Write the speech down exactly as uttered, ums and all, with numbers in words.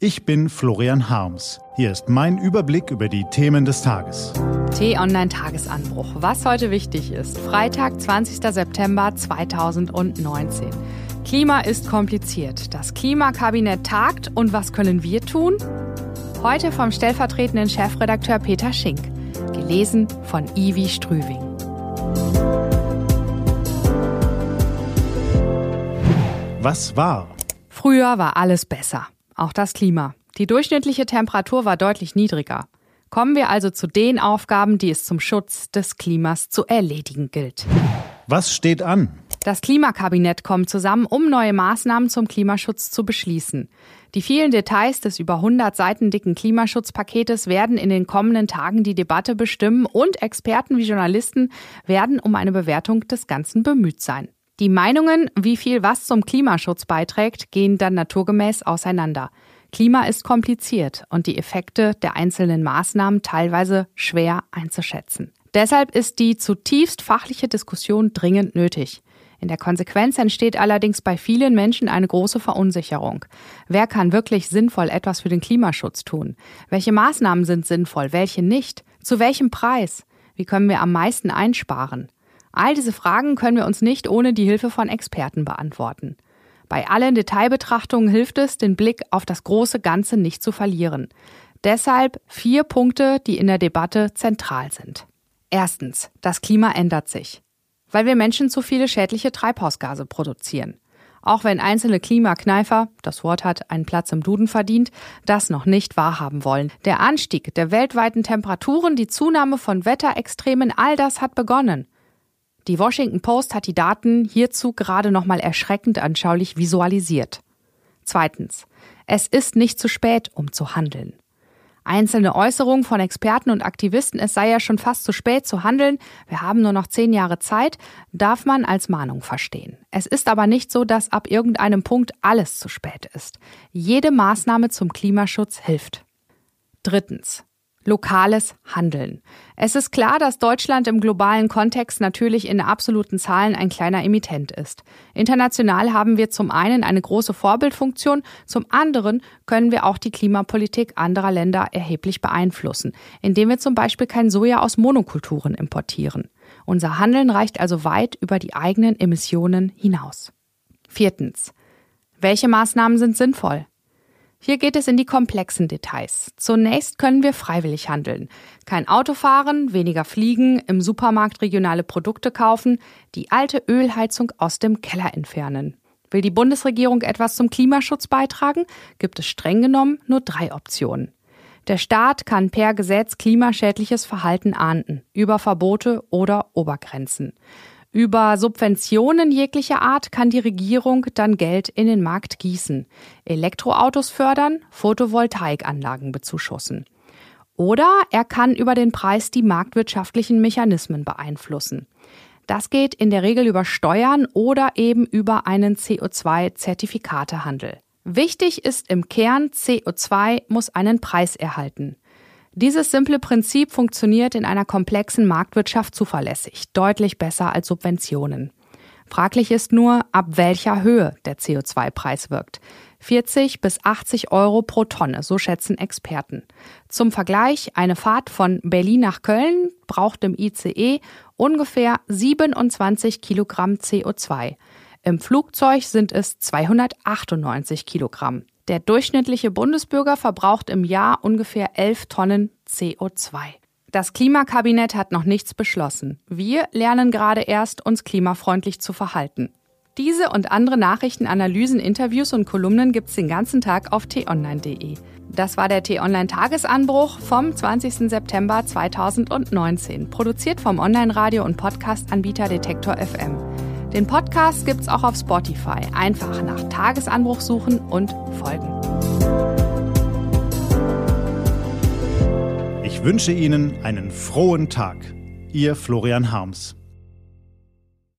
Ich bin Florian Harms. Hier ist mein Überblick über die Themen des Tages. T-Online-Tagesanbruch. Was heute wichtig ist. Freitag, zwanzigster September zweitausendneunzehn. Klima ist kompliziert. Das Klimakabinett tagt und was können wir tun? Heute vom stellvertretenden Chefredakteur Peter Schink. Gelesen von Ivi Strüving. Was war? Früher war alles besser. Auch das Klima. Die durchschnittliche Temperatur war deutlich niedriger. Kommen wir also zu den Aufgaben, die es zum Schutz des Klimas zu erledigen gilt. Was steht an? Das Klimakabinett kommt zusammen, um neue Maßnahmen zum Klimaschutz zu beschließen. Die vielen Details des über hundert Seiten dicken Klimaschutzpaketes werden in den kommenden Tagen die Debatte bestimmen und Experten wie Journalisten werden um eine Bewertung des Ganzen bemüht sein. Die Meinungen, wie viel was zum Klimaschutz beiträgt, gehen dann naturgemäß auseinander. Klima ist kompliziert und die Effekte der einzelnen Maßnahmen teilweise schwer einzuschätzen. Deshalb ist die zutiefst fachliche Diskussion dringend nötig. In der Konsequenz entsteht allerdings bei vielen Menschen eine große Verunsicherung. Wer kann wirklich sinnvoll etwas für den Klimaschutz tun? Welche Maßnahmen sind sinnvoll, welche nicht? Zu welchem Preis? Wie können wir am meisten einsparen? All diese Fragen können wir uns nicht ohne die Hilfe von Experten beantworten. Bei allen Detailbetrachtungen hilft es, den Blick auf das große Ganze nicht zu verlieren. Deshalb vier Punkte, die in der Debatte zentral sind. Erstens, das Klima ändert sich, weil wir Menschen zu viele schädliche Treibhausgase produzieren. Auch wenn einzelne Klimakneifer, das Wort hat einen Platz im Duden verdient, das noch nicht wahrhaben wollen. Der Anstieg der weltweiten Temperaturen, die Zunahme von Wetterextremen, all das hat begonnen. Die Washington Post hat die Daten hierzu gerade nochmal erschreckend anschaulich visualisiert. Zweitens. Es ist nicht zu spät, um zu handeln. Einzelne Äußerungen von Experten und Aktivisten, es sei ja schon fast zu spät zu handeln, wir haben nur noch zehn Jahre Zeit, darf man als Mahnung verstehen. Es ist aber nicht so, dass ab irgendeinem Punkt alles zu spät ist. Jede Maßnahme zum Klimaschutz hilft. Drittens. Lokales Handeln. Es ist klar, dass Deutschland im globalen Kontext natürlich in absoluten Zahlen ein kleiner Emittent ist. International haben wir zum einen eine große Vorbildfunktion, zum anderen können wir auch die Klimapolitik anderer Länder erheblich beeinflussen, indem wir zum Beispiel kein Soja aus Monokulturen importieren. Unser Handeln reicht also weit über die eigenen Emissionen hinaus. Viertens. Welche Maßnahmen sind sinnvoll? Hier geht es in die komplexen Details. Zunächst können wir freiwillig handeln. Kein Auto fahren, weniger fliegen, im Supermarkt regionale Produkte kaufen, die alte Ölheizung aus dem Keller entfernen. Will die Bundesregierung etwas zum Klimaschutz beitragen, gibt es streng genommen nur drei Optionen. Der Staat kann per Gesetz klimaschädliches Verhalten ahnden, über Verbote oder Obergrenzen. Über Subventionen jeglicher Art kann die Regierung dann Geld in den Markt gießen, Elektroautos fördern, Photovoltaikanlagen bezuschussen. Oder er kann über den Preis die marktwirtschaftlichen Mechanismen beeinflussen. Das geht in der Regel über Steuern oder eben über einen C O zwei Zertifikatehandel. Wichtig ist im Kern, C O zwei muss einen Preis erhalten. Dieses simple Prinzip funktioniert in einer komplexen Marktwirtschaft zuverlässig, deutlich besser als Subventionen. Fraglich ist nur, ab welcher Höhe der C O zwei Preis wirkt. vierzig bis achtzig Euro pro Tonne, so schätzen Experten. Zum Vergleich, eine Fahrt von Berlin nach Köln braucht im I C E ungefähr siebenundzwanzig Kilogramm C O zwei. Im Flugzeug sind es zweihundertachtundneunzig Kilogramm. Der durchschnittliche Bundesbürger verbraucht im Jahr ungefähr elf Tonnen C O zwei. Das Klimakabinett hat noch nichts beschlossen. Wir lernen gerade erst, uns klimafreundlich zu verhalten. Diese und andere Nachrichten, Analysen, Interviews und Kolumnen gibt's den ganzen Tag auf t online punkt de. Das war der T-Online-Tagesanbruch vom zwanzigsten September zweitausendneunzehn, produziert vom Online-Radio- und Podcast-Anbieter Detektor F M. Den Podcast gibt's auch auf Spotify. Einfach nach Tagesanbruch suchen und folgen. Ich wünsche Ihnen einen frohen Tag. Ihr Florian Harms.